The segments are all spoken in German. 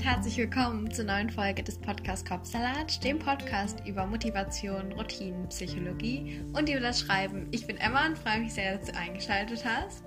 herzlich willkommen zur neuen Folge des Podcasts Kopfsalat, dem Podcast über Motivation, Routinen, Psychologie und über das Schreiben. Ich bin Emma und freue mich sehr, dass du eingeschaltet hast.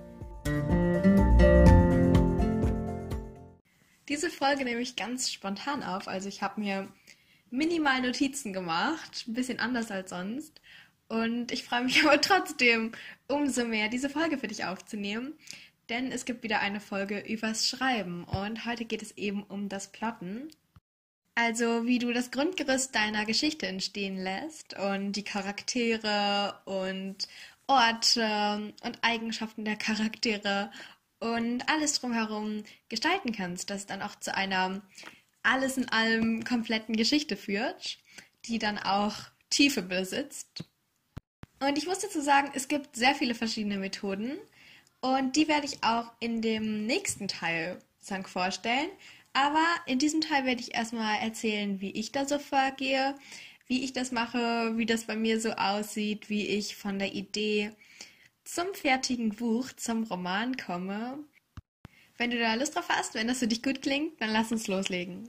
Diese Folge nehme ich ganz spontan auf, also ich habe mir minimal Notizen gemacht, ein bisschen anders als sonst. Und ich freue mich aber trotzdem umso mehr, diese Folge für dich aufzunehmen. Denn es gibt wieder eine Folge übers Schreiben und heute geht es eben um das Plotten. Also wie du das Grundgerüst deiner Geschichte entstehen lässt und die Charaktere und Orte und Eigenschaften der Charaktere und alles drumherum gestalten kannst, das dann auch zu einer alles in allem kompletten Geschichte führt, die dann auch Tiefe besitzt. Und ich muss dazu sagen, es gibt sehr viele verschiedene Methoden. Und die werde ich auch in dem nächsten Teil vorstellen. Aber in diesem Teil werde ich erstmal erzählen, wie ich da so vorgehe, wie ich das mache, wie das bei mir so aussieht, wie ich von der Idee zum fertigen Buch, zum Roman komme. Wenn du da Lust drauf hast, wenn das für dich gut klingt, dann lass uns loslegen.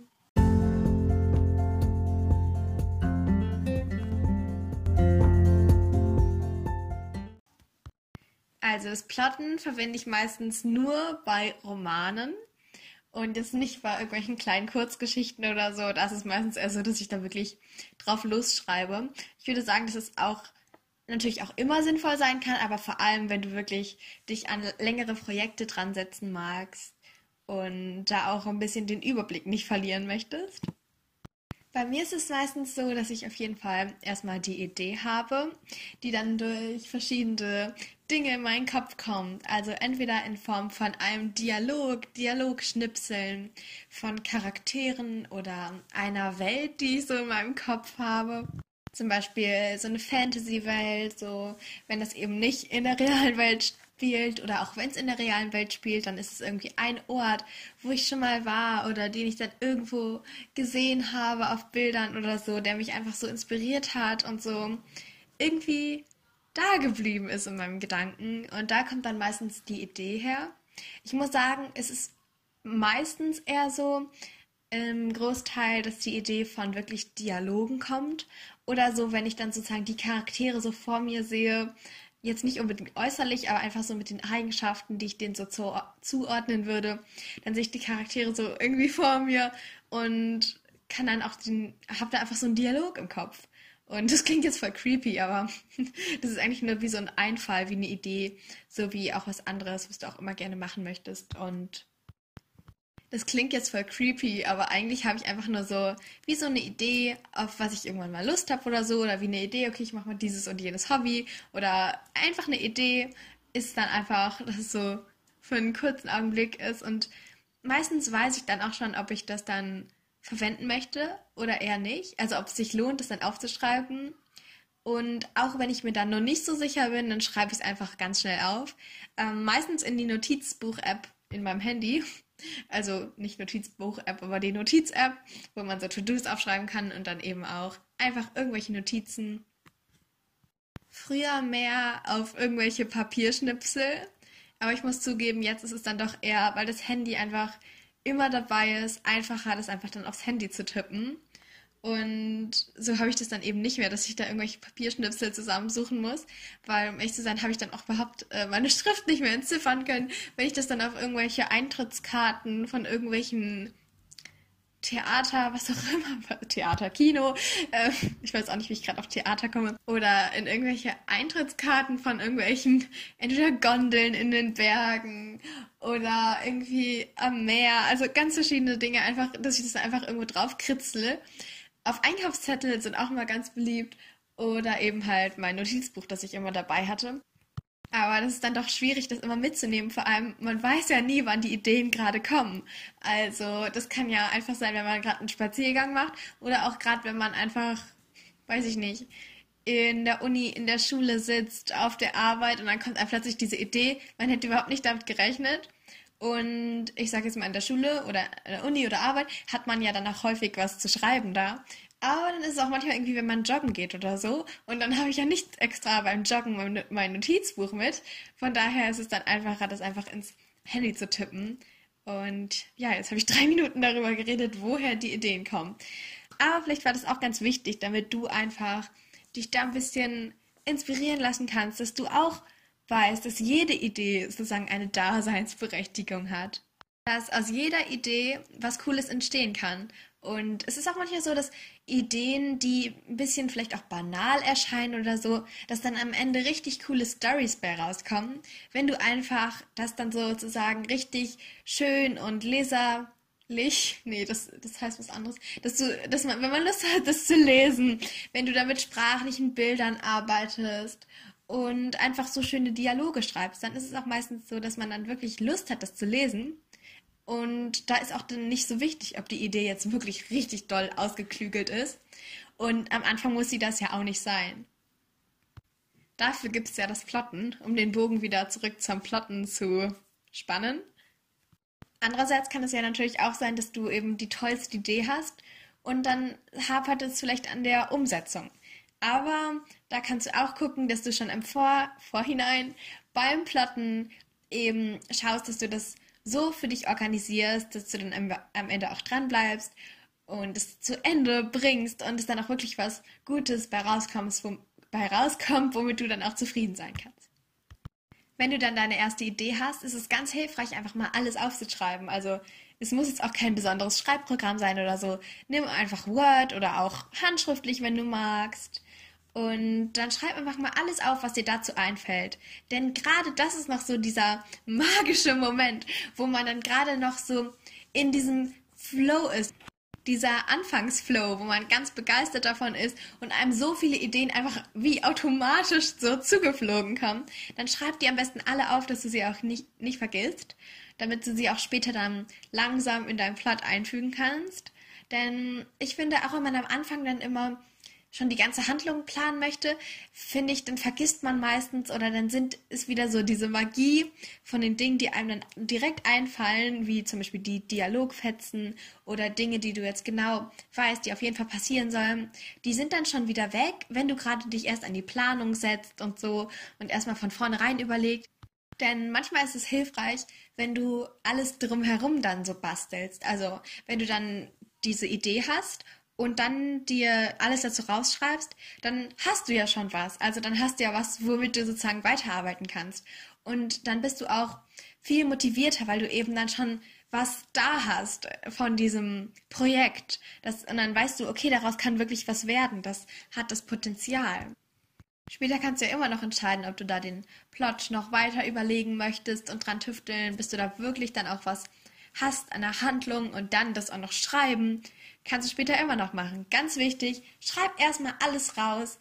Also das Plotten verwende ich meistens nur bei Romanen und jetzt nicht bei irgendwelchen kleinen Kurzgeschichten oder so. Das ist meistens eher so, dass ich da wirklich drauf losschreibe. Ich würde sagen, dass es auch natürlich auch immer sinnvoll sein kann, aber vor allem, wenn du wirklich dich an längere Projekte dran setzen magst und da auch ein bisschen den Überblick nicht verlieren möchtest. Bei mir ist es meistens so, dass ich auf jeden Fall erstmal die Idee habe, die dann durch verschiedene Dinge in meinen Kopf kommt. Also entweder in Form von einem Dialogschnipseln, von Charakteren oder einer Welt, die ich so in meinem Kopf habe. Zum Beispiel so eine Fantasy-Welt, so wenn das eben nicht in der realen Welt spielt oder auch wenn es in der realen Welt spielt, dann ist es irgendwie ein Ort, wo ich schon mal war oder den ich dann irgendwo gesehen habe auf Bildern oder so, der mich einfach so inspiriert hat und so irgendwie da geblieben ist in meinem Gedanken. Und da kommt dann meistens die Idee her. Ich muss sagen, es ist meistens eher so im Großteil, dass die Idee von wirklich Dialogen kommt oder so, wenn ich dann sozusagen die Charaktere so vor mir sehe, jetzt nicht unbedingt äußerlich, aber einfach so mit den Eigenschaften, die ich denen so zuordnen würde, dann sehe ich die Charaktere so irgendwie vor mir und kann dann auch habe da einfach so einen Dialog im Kopf. Und das klingt jetzt voll creepy, aber das ist eigentlich nur wie so ein Einfall, wie eine Idee, so wie auch was anderes, was du auch immer gerne machen möchtest. Und das klingt jetzt voll creepy, aber eigentlich habe ich einfach nur so wie so eine Idee, auf was ich irgendwann mal Lust habe oder so, oder wie eine Idee, okay, ich mache mal dieses und jenes Hobby, oder einfach eine Idee ist dann einfach, dass es so für einen kurzen Augenblick ist und meistens weiß ich dann auch schon, ob ich das dann verwenden möchte oder eher nicht, also ob es sich lohnt, das dann aufzuschreiben. Und auch wenn ich mir dann noch nicht so sicher bin, dann schreibe ich es einfach ganz schnell auf. Meistens in die Notizbuch-App in meinem Handy. Also nicht Notizbuch-App, aber die Notiz-App, wo man so To-Dos aufschreiben kann und dann eben auch einfach irgendwelche Notizen. Früher mehr auf irgendwelche Papierschnipsel, aber ich muss zugeben, jetzt ist es dann doch eher, weil das Handy einfach immer dabei ist, einfacher, das einfach dann aufs Handy zu tippen. Und so habe ich das dann eben nicht mehr, dass ich da irgendwelche Papierschnipsel zusammensuchen muss, weil, um ehrlich zu sein, habe ich dann auch überhaupt meine Schrift nicht mehr entziffern können, wenn ich das dann auf irgendwelche Eintrittskarten von irgendwelchen Theater, was auch immer, Theater, Kino, ich weiß auch nicht, wie ich gerade auf Theater komme, oder in irgendwelche Eintrittskarten von irgendwelchen, entweder Gondeln in den Bergen oder irgendwie am Meer, also ganz verschiedene Dinge, einfach, dass ich das einfach irgendwo drauf kritzle. Auf Einkaufszettel sind auch immer ganz beliebt oder eben halt mein Notizbuch, das ich immer dabei hatte. Aber das ist dann doch schwierig, das immer mitzunehmen. Vor allem, man weiß ja nie, wann die Ideen gerade kommen. Also das kann ja einfach sein, wenn man gerade einen Spaziergang macht oder auch gerade, wenn man einfach, weiß ich nicht, in der Uni, in der Schule sitzt, auf der Arbeit und dann kommt einem plötzlich diese Idee, man hätte überhaupt nicht damit gerechnet. Und ich sage jetzt mal, in der Schule oder in der Uni oder Arbeit hat man ja dann auch häufig was zu schreiben da. Aber dann ist es auch manchmal irgendwie, wenn man joggen geht oder so. Und dann habe ich ja nicht extra beim Joggen mein Notizbuch mit. Von daher ist es dann einfacher, das einfach ins Handy zu tippen. Und ja, jetzt habe ich 3 Minuten darüber geredet, woher die Ideen kommen. Aber vielleicht war das auch ganz wichtig, damit du einfach dich da ein bisschen inspirieren lassen kannst, dass du auch weißt, dass jede Idee sozusagen eine Daseinsberechtigung hat. Dass aus jeder Idee was Cooles entstehen kann. Und es ist auch manchmal so, dass Ideen, die ein bisschen vielleicht auch banal erscheinen oder so, dass dann am Ende richtig coole Stories bei rauskommen, wenn du einfach das dann sozusagen richtig schön und leserlich, nee, das heißt was anderes, wenn man Lust hat, das zu lesen, wenn du da mit sprachlichen Bildern arbeitest und einfach so schöne Dialoge schreibst, dann ist es auch meistens so, dass man dann wirklich Lust hat, das zu lesen. Und da ist auch dann nicht so wichtig, ob die Idee jetzt wirklich richtig doll ausgeklügelt ist. Und am Anfang muss sie das ja auch nicht sein. Dafür gibt es ja das Plotten, um den Bogen wieder zurück zum Plotten zu spannen. Andererseits kann es ja natürlich auch sein, dass du eben die tollste Idee hast und dann hapert es vielleicht an der Umsetzung. Aber da kannst du auch gucken, dass du schon im Vorhinein beim Plotten eben schaust, dass du das so für dich organisierst, dass du dann am Ende auch dran bleibst und es zu Ende bringst und es dann auch wirklich was Gutes bei rauskommt, womit du dann auch zufrieden sein kannst. Wenn du dann deine erste Idee hast, ist es ganz hilfreich, einfach mal alles aufzuschreiben. Also es muss jetzt auch kein besonderes Schreibprogramm sein oder so. Nimm einfach Word oder auch handschriftlich, wenn du magst. Und dann schreib einfach mal alles auf, was dir dazu einfällt. Denn gerade das ist noch so dieser magische Moment, wo man dann gerade noch so in diesem Flow ist. Dieser Anfangsflow, wo man ganz begeistert davon ist und einem so viele Ideen einfach wie automatisch so zugeflogen kommen. Dann schreib die am besten alle auf, dass du sie auch nicht vergisst, damit du sie auch später dann langsam in deinen Plot einfügen kannst. Denn ich finde, auch wenn man am Anfang dann immer schon die ganze Handlung planen möchte, finde ich, dann vergisst man meistens oder dann ist wieder so diese Magie von den Dingen, die einem dann direkt einfallen, wie zum Beispiel die Dialogfetzen oder Dinge, die du jetzt genau weißt, die auf jeden Fall passieren sollen, die sind dann schon wieder weg, wenn du gerade dich erst an die Planung setzt und so und erstmal von vornherein überlegst. Denn manchmal ist es hilfreich, wenn du alles drumherum dann so bastelst. Also wenn du dann diese Idee hast und dann dir alles dazu rausschreibst, dann hast du ja schon was. Also dann hast du ja was, womit du sozusagen weiterarbeiten kannst. Und dann bist du auch viel motivierter, weil du eben dann schon was da hast von diesem Projekt. Und dann weißt du, okay, daraus kann wirklich was werden. Das hat das Potenzial. Später kannst du ja immer noch entscheiden, ob du da den Plot noch weiter überlegen möchtest und dran tüfteln, bis du da wirklich dann auch was hast an der Handlung und dann das auch noch schreiben. Kannst du später immer noch machen. Ganz wichtig, schreib erstmal alles raus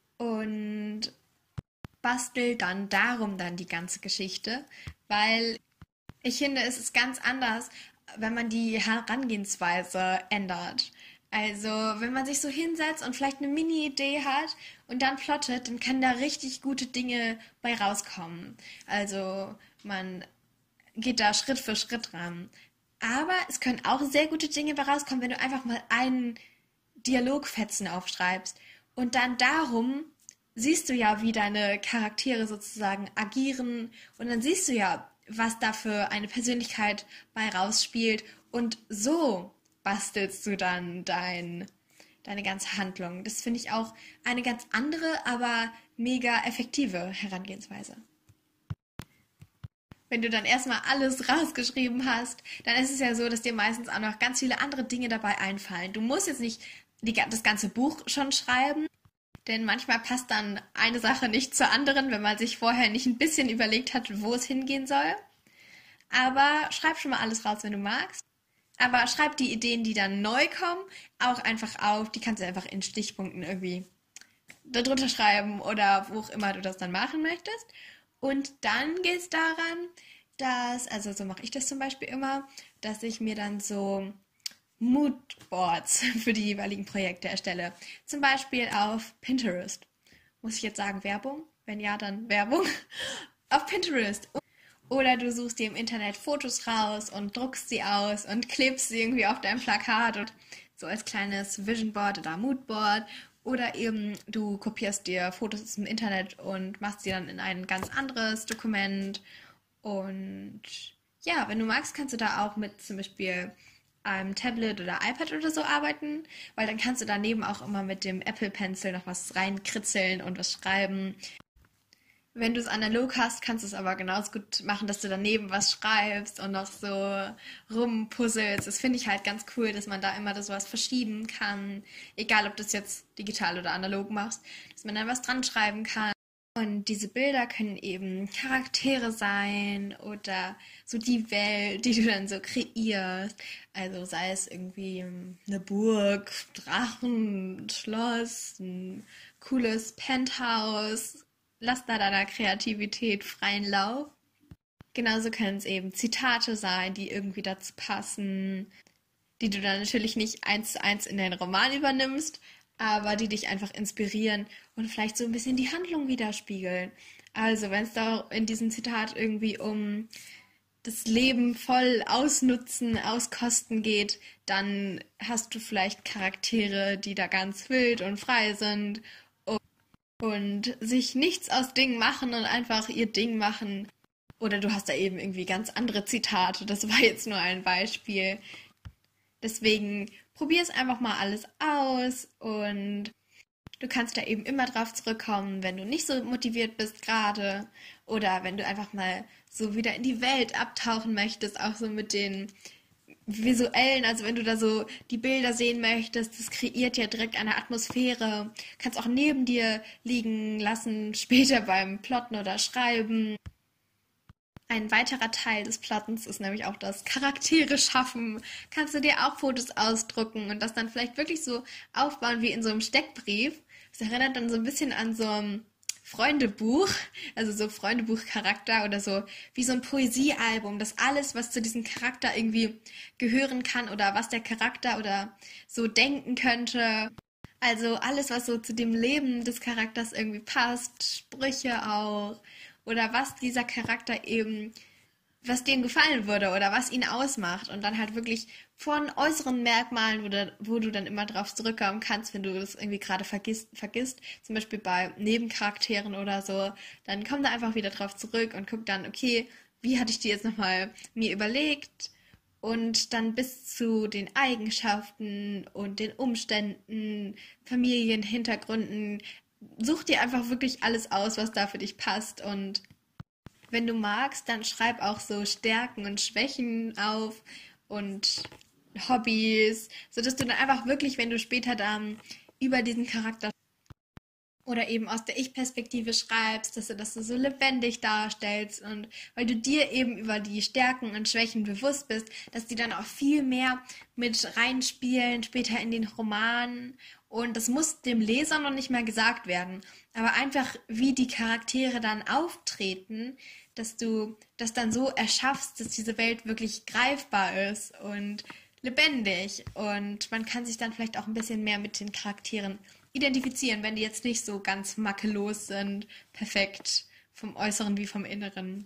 und bastel dann darum dann die ganze Geschichte, weil ich finde, es ist ganz anders, wenn man die Herangehensweise ändert. Also, wenn man sich so hinsetzt und vielleicht eine Mini-Idee hat und dann plottet, dann können da richtig gute Dinge bei rauskommen. Also, man geht da Schritt für Schritt ran. Aber es können auch sehr gute Dinge bei rauskommen, wenn du einfach mal einen Dialogfetzen aufschreibst. Und dann darum siehst du ja, wie deine Charaktere sozusagen agieren. Und dann siehst du ja, was da für eine Persönlichkeit bei rausspielt. Und so bastelst du dann deine ganze Handlung. Das finde ich auch eine ganz andere, aber mega effektive Herangehensweise. Wenn du dann erstmal alles rausgeschrieben hast, dann ist es ja so, dass dir meistens auch noch ganz viele andere Dinge dabei einfallen. Du musst jetzt nicht das ganze Buch schon schreiben, denn manchmal passt dann eine Sache nicht zur anderen, wenn man sich vorher nicht ein bisschen überlegt hat, wo es hingehen soll. Aber schreib schon mal alles raus, wenn du magst. Aber schreib die Ideen, die dann neu kommen, auch einfach auf. Die kannst du einfach in Stichpunkten irgendwie darunter schreiben oder wo auch immer du das dann machen möchtest. Und dann geht es daran, also so mache ich das zum Beispiel immer, dass ich mir dann so Moodboards für die jeweiligen Projekte erstelle. Zum Beispiel auf Pinterest. Muss ich jetzt sagen Werbung? Wenn ja, dann Werbung. Auf Pinterest. Oder du suchst dir im Internet Fotos raus und druckst sie aus und klebst sie irgendwie auf dein Plakat und so als kleines Vision Board oder Moodboard. Oder eben du kopierst dir Fotos aus dem Internet und machst sie dann in ein ganz anderes Dokument. Und Ja, wenn du magst, kannst du da auch mit zum Beispiel einem Tablet oder iPad oder so arbeiten, weil dann kannst du daneben auch immer mit dem Apple Pencil noch was reinkritzeln und was schreiben. Wenn du es analog hast, kannst du es aber genauso gut machen, dass du daneben was schreibst und noch so rumpuzzelst. Das finde ich halt ganz cool, dass man da immer das was verschieben kann. Egal, ob du es jetzt digital oder analog machst, dass man da was dran schreiben kann. Und diese Bilder können eben Charaktere sein oder so die Welt, die du dann so kreierst. Also sei es irgendwie eine Burg, Drachen, ein Schloss, ein cooles Penthouse. Lass da deiner Kreativität freien Lauf. Genauso können es eben Zitate sein, die irgendwie dazu passen, die du dann natürlich nicht eins zu eins in deinen Roman übernimmst, aber die dich einfach inspirieren und vielleicht so ein bisschen die Handlung widerspiegeln. Also wenn es da in diesem Zitat irgendwie um das Leben voll ausnutzen, auskosten geht, dann hast du vielleicht Charaktere, die da ganz wild und frei sind und sich nichts aus Dingen machen und einfach ihr Ding machen. Oder du hast da eben irgendwie ganz andere Zitate. Das war jetzt nur ein Beispiel. Deswegen probier es einfach mal alles aus und du kannst da eben immer drauf zurückkommen, wenn du nicht so motiviert bist gerade oder wenn du einfach mal so wieder in die Welt abtauchen möchtest, auch so mit den visuellen, also wenn du da so die Bilder sehen möchtest, das kreiert ja direkt eine Atmosphäre. Kannst auch neben dir liegen lassen, später beim Plotten oder Schreiben. Ein weiterer Teil des Plottens ist nämlich auch das Charaktere schaffen. Kannst du dir auch Fotos ausdrucken und das dann vielleicht wirklich so aufbauen wie in so einem Steckbrief. Das erinnert dann so ein bisschen an so ein Freundebuch, also so Freundebuchcharakter oder so wie so ein Poesiealbum, dass alles, was zu diesem Charakter irgendwie gehören kann oder was der Charakter oder so denken könnte. Also alles, was so zu dem Leben des Charakters irgendwie passt, Sprüche auch oder was dieser Charakter eben, was dem gefallen würde oder was ihn ausmacht und dann halt wirklich von äußeren Merkmalen, wo du dann immer drauf zurückkommen kannst, wenn du das irgendwie gerade vergisst, zum Beispiel bei Nebencharakteren oder so, dann komm da einfach wieder drauf zurück und guck dann, okay, wie hatte ich die jetzt nochmal mir überlegt und dann bis zu den Eigenschaften und den Umständen, Familienhintergründen, such dir einfach wirklich alles aus, was da für dich passt und wenn du magst, dann schreib auch so Stärken und Schwächen auf und Hobbys, sodass du dann einfach wirklich, wenn du später dann über diesen Charakter oder eben aus der Ich-Perspektive schreibst, dass du das so lebendig darstellst und weil du dir eben über die Stärken und Schwächen bewusst bist, dass die dann auch viel mehr mit reinspielen später in den Roman und das muss dem Leser noch nicht mehr gesagt werden, aber einfach wie die Charaktere dann auftreten, dass du das dann so erschaffst, dass diese Welt wirklich greifbar ist und lebendig und man kann sich dann vielleicht auch ein bisschen mehr mit den Charakteren identifizieren, wenn die jetzt nicht so ganz makellos sind, perfekt vom Äußeren wie vom Inneren.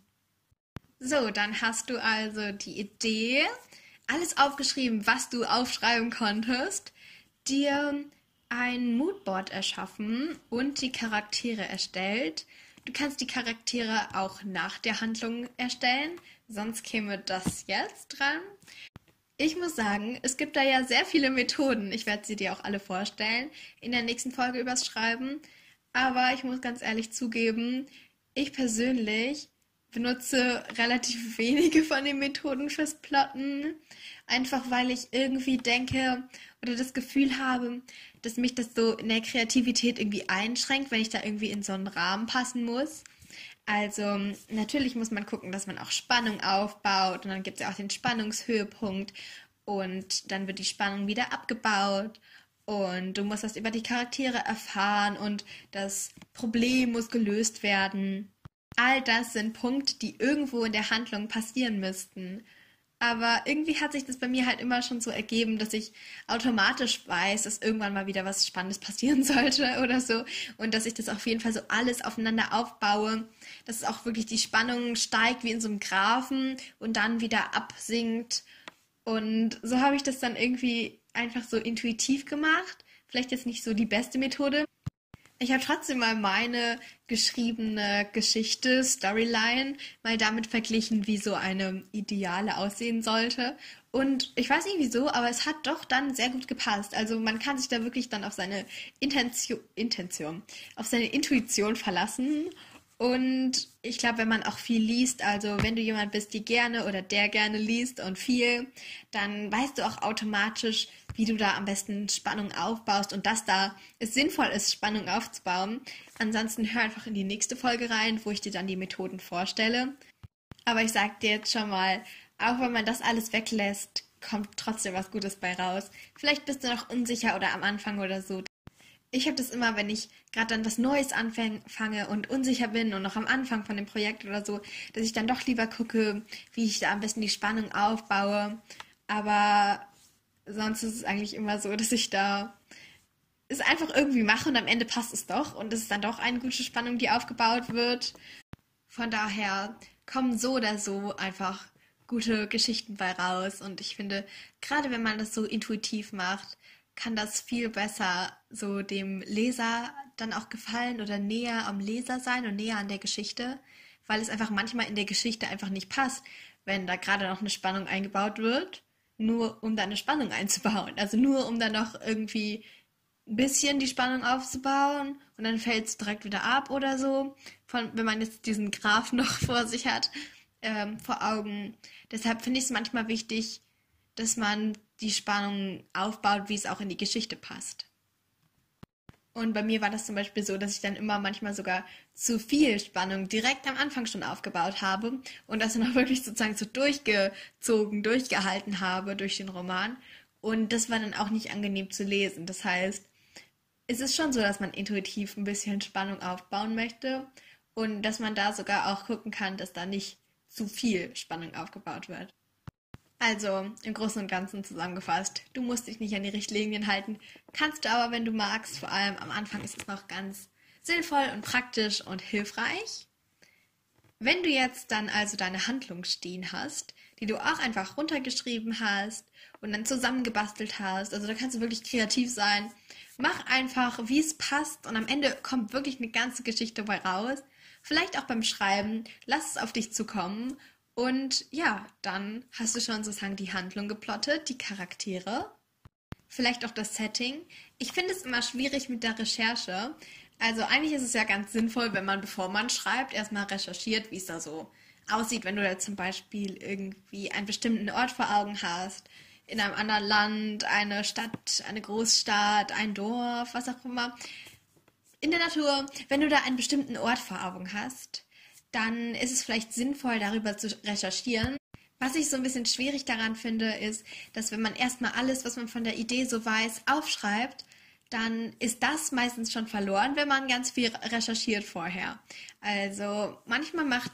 So, dann hast du also die Idee, alles aufgeschrieben, was du aufschreiben konntest, dir ein Moodboard erschaffen und die Charaktere erstellt. Du kannst die Charaktere auch nach der Handlung erstellen, sonst käme das jetzt dran. Ich muss sagen, es gibt da ja sehr viele Methoden. Ich werde sie dir auch alle vorstellen in der nächsten Folge übers Schreiben. Aber ich muss ganz ehrlich zugeben, ich persönlich benutze relativ wenige von den Methoden fürs Plotten. Einfach weil ich irgendwie denke oder das Gefühl habe, dass mich das so in der Kreativität irgendwie einschränkt, wenn ich da irgendwie in so einen Rahmen passen muss. Also natürlich muss man gucken, dass man auch Spannung aufbaut und dann gibt es ja auch den Spannungshöhepunkt und dann wird die Spannung wieder abgebaut und du musst was über die Charaktere erfahren und das Problem muss gelöst werden. All das sind Punkte, die irgendwo in der Handlung passieren müssten. Aber irgendwie hat sich das bei mir halt immer schon so ergeben, dass ich automatisch weiß, dass irgendwann mal wieder was Spannendes passieren sollte oder so. Und dass ich das auf jeden Fall so alles aufeinander aufbaue, dass es auch wirklich die Spannung steigt wie in so einem Graphen und dann wieder absinkt. Und so habe ich das dann irgendwie einfach so intuitiv gemacht. Vielleicht jetzt nicht so die beste Methode, Ich habe trotzdem mal meine geschriebene Geschichte, Storyline, mal damit verglichen, wie so eine Ideale aussehen sollte. Und ich weiß nicht wieso, aber es hat doch dann sehr gut gepasst. Also man kann sich da wirklich dann auf seine auf seine Intuition verlassen. Und ich glaube, wenn man auch viel liest, also wenn du jemand bist, die gerne oder der gerne liest und viel, dann weißt du auch automatisch, wie du da am besten Spannung aufbaust und dass da es sinnvoll ist, Spannung aufzubauen. Ansonsten hör einfach in die nächste Folge rein, wo ich dir dann die Methoden vorstelle. Aber ich sag dir jetzt schon mal, auch wenn man das alles weglässt, kommt trotzdem was Gutes bei raus. Vielleicht bist du noch unsicher oder am Anfang oder so. Ich habe das immer, wenn ich gerade dann was Neues anfange und unsicher bin und noch am Anfang von dem Projekt oder so, dass ich dann doch lieber gucke, wie ich da am besten die Spannung aufbaue. Aber sonst ist es eigentlich immer so, dass ich da es einfach irgendwie mache und am Ende passt es doch und es ist dann doch eine gute Spannung, die aufgebaut wird. Von daher kommen so oder so einfach gute Geschichten bei raus und ich finde, gerade wenn man das so intuitiv macht, kann das viel besser so dem Leser dann auch gefallen oder näher am Leser sein und näher an der Geschichte, weil es einfach manchmal in der Geschichte einfach nicht passt, wenn da gerade noch eine Spannung eingebaut wird, nur um da eine Spannung einzubauen. Also nur um dann noch irgendwie ein bisschen die Spannung aufzubauen und dann fällt es direkt wieder ab oder so, wenn man jetzt diesen Graph noch vor sich hat, vor Augen. Deshalb finde ich es manchmal wichtig, dass man die Spannung aufbaut, wie es auch in die Geschichte passt. Und bei mir war das zum Beispiel so, dass ich dann immer manchmal sogar zu viel Spannung direkt am Anfang schon aufgebaut habe und das dann auch wirklich sozusagen so durchgezogen, durchgehalten habe durch den Roman. Und das war dann auch nicht angenehm zu lesen. Das heißt, es ist schon so, dass man intuitiv ein bisschen Spannung aufbauen möchte und dass man da sogar auch gucken kann, dass da nicht zu viel Spannung aufgebaut wird. Also im Großen und Ganzen zusammengefasst, du musst dich nicht an die Richtlinien halten, kannst du aber, wenn du magst. Vor allem am Anfang ist es noch ganz sinnvoll und praktisch und hilfreich. Wenn du jetzt dann also deine Handlung stehen hast, die du auch einfach runtergeschrieben hast und dann zusammengebastelt hast, also da kannst du wirklich kreativ sein, mach einfach, wie es passt und am Ende kommt wirklich eine ganze Geschichte bei raus. Vielleicht auch beim Schreiben, lass es auf dich zukommen und ja, dann hast du schon sozusagen die Handlung geplottet, die Charaktere, vielleicht auch das Setting. Ich finde es immer schwierig mit der Recherche. Also eigentlich ist es ja ganz sinnvoll, wenn man, bevor man schreibt, erstmal recherchiert, wie es da so aussieht, wenn du da zum Beispiel irgendwie einen bestimmten Ort vor Augen hast, in einem anderen Land, eine Stadt, eine Großstadt, ein Dorf, was auch immer. In der Natur, wenn du da einen bestimmten Ort vor Augen hast, dann ist es vielleicht sinnvoll, darüber zu recherchieren. Was ich so ein bisschen schwierig daran finde, ist, dass wenn man erstmal alles, was man von der Idee so weiß, aufschreibt, dann ist das meistens schon verloren, wenn man ganz viel recherchiert vorher. Also manchmal macht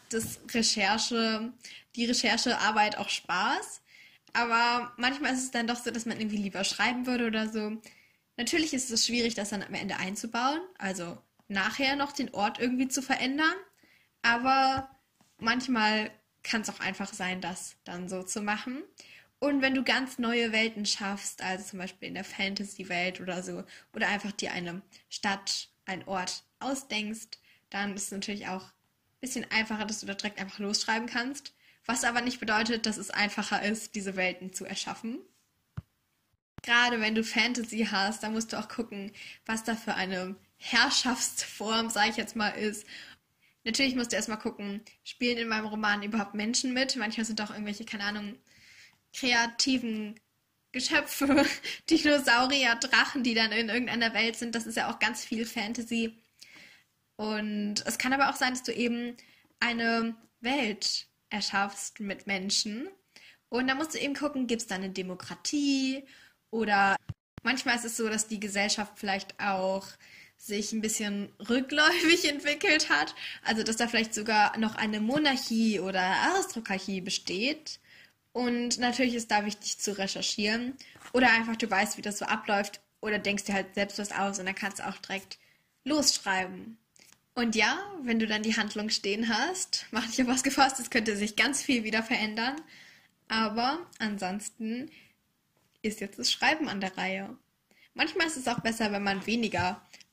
die Recherchearbeit auch Spaß, aber manchmal ist es dann doch so, dass man irgendwie lieber schreiben würde oder so. Natürlich ist es schwierig, das dann am Ende einzubauen, also nachher noch den Ort irgendwie zu verändern, aber manchmal kann es auch einfach sein, das dann so zu machen. Und wenn du ganz neue Welten schaffst, also zum Beispiel in der Fantasy-Welt oder so, oder einfach dir eine Stadt, einen Ort ausdenkst, dann ist es natürlich auch ein bisschen einfacher, dass du da direkt einfach losschreiben kannst. Was aber nicht bedeutet, dass es einfacher ist, diese Welten zu erschaffen. Gerade wenn du Fantasy hast, dann musst du auch gucken, was da für eine Herrschaftsform, sage ich jetzt mal, ist. Natürlich musst du erstmal gucken, spielen in meinem Roman überhaupt Menschen mit? Manchmal sind doch irgendwelche, keine Ahnung, kreativen Geschöpfe, Dinosaurier, Drachen, die dann in irgendeiner Welt sind. Das ist ja auch ganz viel Fantasy. Und es kann aber auch sein, dass du eben eine Welt erschaffst mit Menschen. Und da musst du eben gucken, gibt es da eine Demokratie? Oder manchmal ist es so, dass die Gesellschaft vielleicht auch sich ein bisschen rückläufig entwickelt hat. Also dass da vielleicht sogar noch eine Monarchie oder Aristokratie besteht. Und natürlich ist da wichtig zu recherchieren. Oder einfach du weißt, wie das so abläuft. Oder denkst dir halt selbst was aus und dann kannst du auch direkt losschreiben. Und ja, wenn du dann die Handlung stehen hast, mach dich auf was gefasst, es könnte sich ganz viel wieder verändern. Aber ansonsten ist jetzt das Schreiben an der Reihe. Manchmal ist es auch besser, wenn man weniger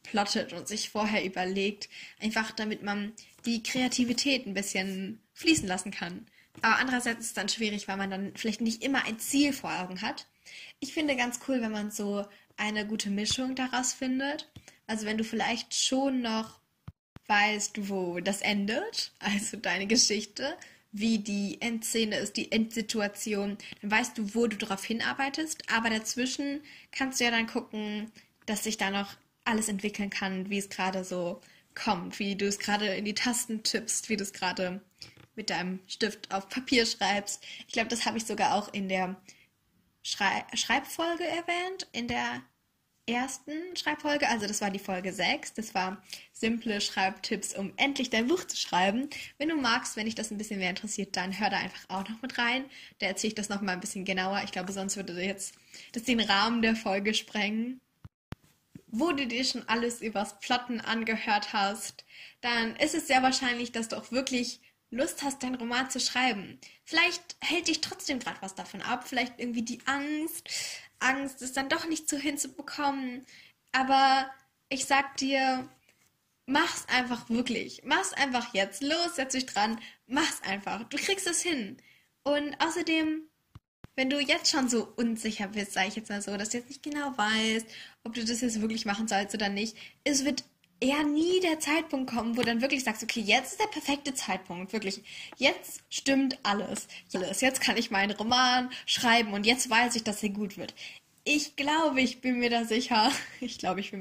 plottet und sich vorher überlegt, einfach damit man die Kreativität ein bisschen fließen lassen kann. Aber andererseits ist es dann schwierig, weil man dann vielleicht nicht immer ein Ziel vor Augen hat. Ich finde ganz cool, wenn man so eine gute Mischung daraus findet. Also wenn du vielleicht schon noch weißt, wo das endet, also deine Geschichte, wie die Endszene ist, die Endsituation, dann weißt du, wo du darauf hinarbeitest, aber dazwischen kannst du ja dann gucken, dass sich da noch alles entwickeln kann, wie es gerade so kommt, wie du es gerade in die Tasten tippst, wie du es gerade mit deinem Stift auf Papier schreibst. Ich glaube, das habe ich sogar auch in der Schreibfolge erwähnt, in der ersten Schreibfolge, also das war die Folge 6, das war simple Schreibtipps, um endlich dein Buch zu schreiben. Wenn du magst, wenn dich das ein bisschen mehr interessiert, dann hör da einfach auch noch mit rein. Da erzähle ich das nochmal ein bisschen genauer. Ich glaube, sonst würde jetzt das den Rahmen der Folge sprengen. Wo du dir schon alles übers Plotten angehört hast, dann ist es sehr wahrscheinlich, dass du auch wirklich Lust hast, deinen Roman zu schreiben. Vielleicht hält dich trotzdem gerade was davon ab, vielleicht irgendwie die Angst, es dann doch nicht so hinzubekommen. Aber ich sag dir, mach's einfach wirklich. Mach's einfach jetzt. Los, setz dich dran. Mach's einfach. Du kriegst es hin. Und außerdem, wenn du jetzt schon so unsicher bist, sage ich jetzt mal so, dass du jetzt nicht genau weißt, ob du das jetzt wirklich machen sollst oder nicht, es wird eher nie der Zeitpunkt kommen, wo du dann wirklich sagst, okay, jetzt ist der perfekte Zeitpunkt, wirklich, jetzt stimmt alles. Jetzt kann ich meinen Roman schreiben und jetzt weiß ich, dass er gut wird. Ich bin mir da sicher. Ich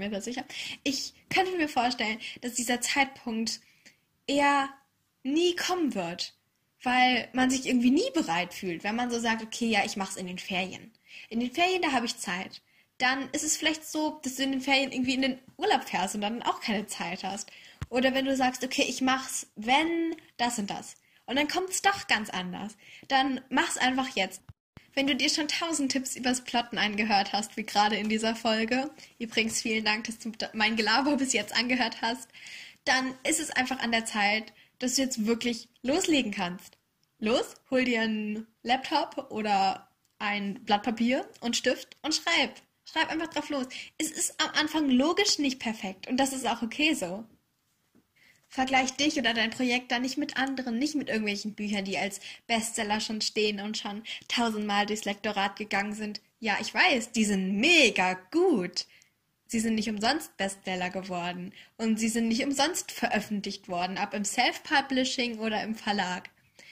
könnte mir vorstellen, dass dieser Zeitpunkt eher nie kommen wird, weil man sich irgendwie nie bereit fühlt, wenn man so sagt, okay, ja, ich mach's in den Ferien. In den Ferien, da habe ich Zeit. Dann ist es vielleicht so, dass du in den Ferien irgendwie in den Urlaub fährst und dann auch keine Zeit hast. Oder wenn du sagst, okay, ich mach's, wenn das und das. Und dann kommt's doch ganz anders. Dann mach's einfach jetzt. Wenn du dir schon 1000 Tipps übers Plotten angehört hast, wie gerade in dieser Folge, übrigens vielen Dank, dass du mein Gelaber bis jetzt angehört hast, dann ist es einfach an der Zeit, dass du jetzt wirklich loslegen kannst. Los, hol dir einen Laptop oder ein Blatt Papier und Stift und schreib. Schreib einfach drauf los. Es ist am Anfang logisch nicht perfekt und das ist auch okay so. Vergleich dich oder dein Projekt dann nicht mit anderen, nicht mit irgendwelchen Büchern, die als Bestseller schon stehen und schon 1000-mal durchs Lektorat gegangen sind. Ja, ich weiß, die sind mega gut. Sie sind nicht umsonst Bestseller geworden und sie sind nicht umsonst veröffentlicht worden, ob im Self-Publishing oder im Verlag.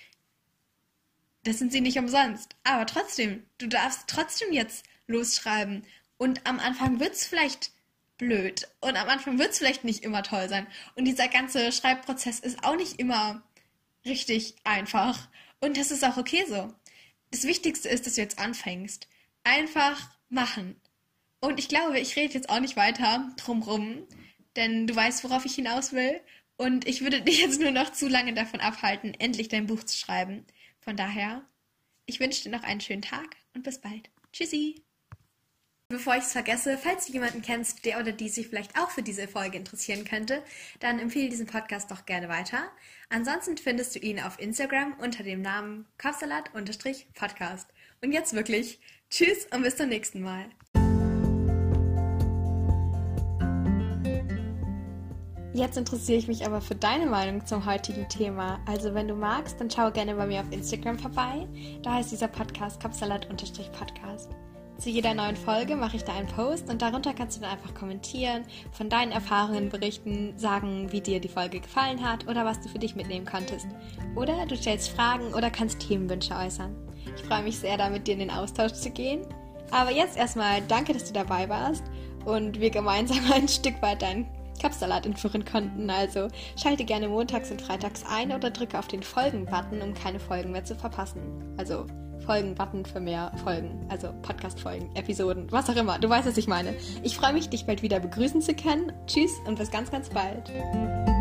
Das sind sie nicht umsonst. Aber trotzdem, du darfst trotzdem jetzt losschreiben. Und am Anfang wird's vielleicht blöd und am Anfang wird's vielleicht nicht immer toll sein. Und dieser ganze Schreibprozess ist auch nicht immer richtig einfach. Und das ist auch okay so. Das Wichtigste ist, dass du jetzt anfängst. Einfach machen. Und ich glaube, ich rede jetzt auch nicht weiter drumrum, denn du weißt, worauf ich hinaus will. Und ich würde dich jetzt nur noch zu lange davon abhalten, endlich dein Buch zu schreiben. Von daher, ich wünsche dir noch einen schönen Tag und bis bald. Tschüssi! Bevor ich es vergesse, falls du jemanden kennst, der oder die sich vielleicht auch für diese Folge interessieren könnte, dann empfehle diesen Podcast doch gerne weiter. Ansonsten findest du ihn auf Instagram unter dem Namen Kopfsalat_Podcast. Und jetzt wirklich, tschüss und bis zum nächsten Mal. Jetzt interessiere ich mich aber für deine Meinung zum heutigen Thema. Also wenn du magst, dann schau gerne bei mir auf Instagram vorbei. Da heißt dieser Podcast Kopfsalat_Podcast. Zu jeder neuen Folge mache ich da einen Post und darunter kannst du dann einfach kommentieren, von deinen Erfahrungen berichten, sagen, wie dir die Folge gefallen hat oder was du für dich mitnehmen konntest. Oder du stellst Fragen oder kannst Themenwünsche äußern. Ich freue mich sehr, da mit dir in den Austausch zu gehen. Aber jetzt erstmal danke, dass du dabei warst und wir gemeinsam ein Stück weit deinen Kopfsalat entführen konnten. Also schalte gerne montags und freitags ein oder drücke auf den Folgen-Button, um keine Folgen mehr zu verpassen. Also Folgen-Button für mehr Folgen, also Podcast-Folgen, Episoden, was auch immer. Du weißt, was ich meine. Ich freue mich, dich bald wieder begrüßen zu können. Tschüss und bis ganz, ganz bald.